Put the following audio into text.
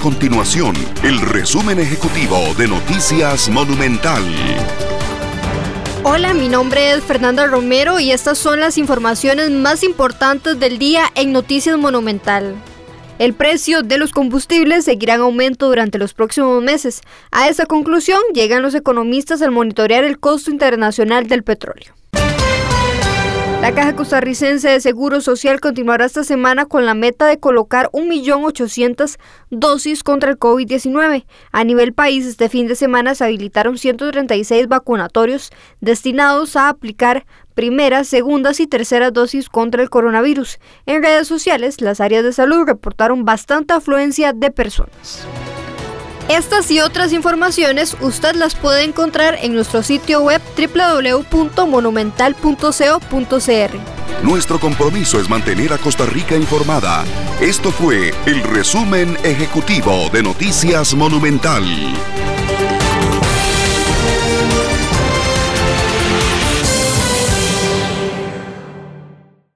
continuación el resumen ejecutivo de Noticias Monumental. Hola, mi nombre es Fernanda Romero y estas son las informaciones más importantes del día en Noticias Monumental. El precio de los combustibles seguirá en aumento durante los próximos meses. A esa conclusión llegan los economistas al monitorear el costo internacional del petróleo. La Caja Costarricense de Seguro Social continuará esta semana con la meta de colocar 1.800.000 dosis contra el COVID-19. A nivel país, este fin de semana se habilitaron 136 vacunatorios destinados a aplicar primeras, segundas y terceras dosis contra el coronavirus. En redes sociales, las áreas de salud reportaron bastante afluencia de personas. Estas y otras informaciones usted las puede encontrar en nuestro sitio web www.monumental.co.cr. Nuestro compromiso es mantener a Costa Rica informada. Esto fue el resumen ejecutivo de Noticias Monumental.